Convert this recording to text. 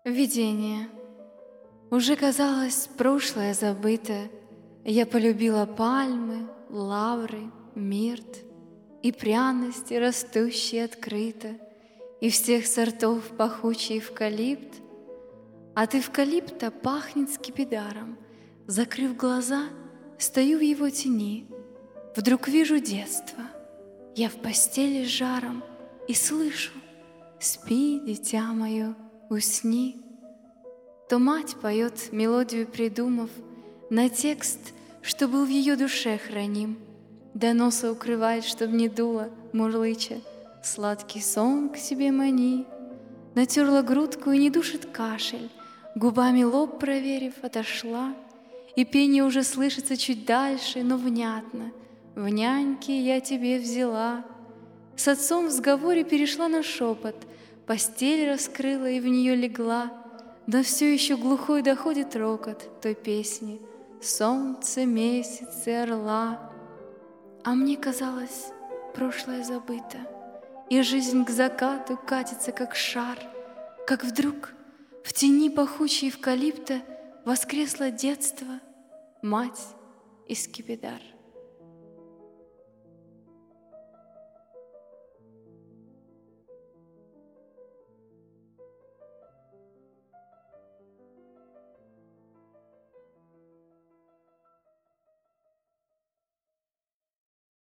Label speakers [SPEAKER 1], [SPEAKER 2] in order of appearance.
[SPEAKER 1] Видение. Уже казалось, прошлое забыто. Я полюбила пальмы, лавры, мирт и пряности, растущие открыто, и всех сортов пахучий эвкалипт. От эвкалипта пахнет скипидаром. Закрыв глаза, стою в его тени. Вдруг вижу детство. Я в постели с жаром и слышу: «Спи, дитя мое, усни». То мать поет, мелодию придумав, на текст, что был в ее душе храним, до носа укрывает, чтоб не дуло, мурлыча: «Сладкий сон к себе мани». Натерла грудку, и не душит кашель, губами лоб проверив, отошла, и пение уже слышится чуть дальше, но внятно: «В няньки я тебе взяла». С отцом в сговоре перешла на шепот, постель раскрыла и в нее легла, но все еще глухой доходит рокот той песни: «Солнце, месяц и орла». А мне казалось, прошлое забыто, и жизнь к закату катится, как шар, как вдруг в тени пахучей эвкалипта воскресло детство, мать и скипидар.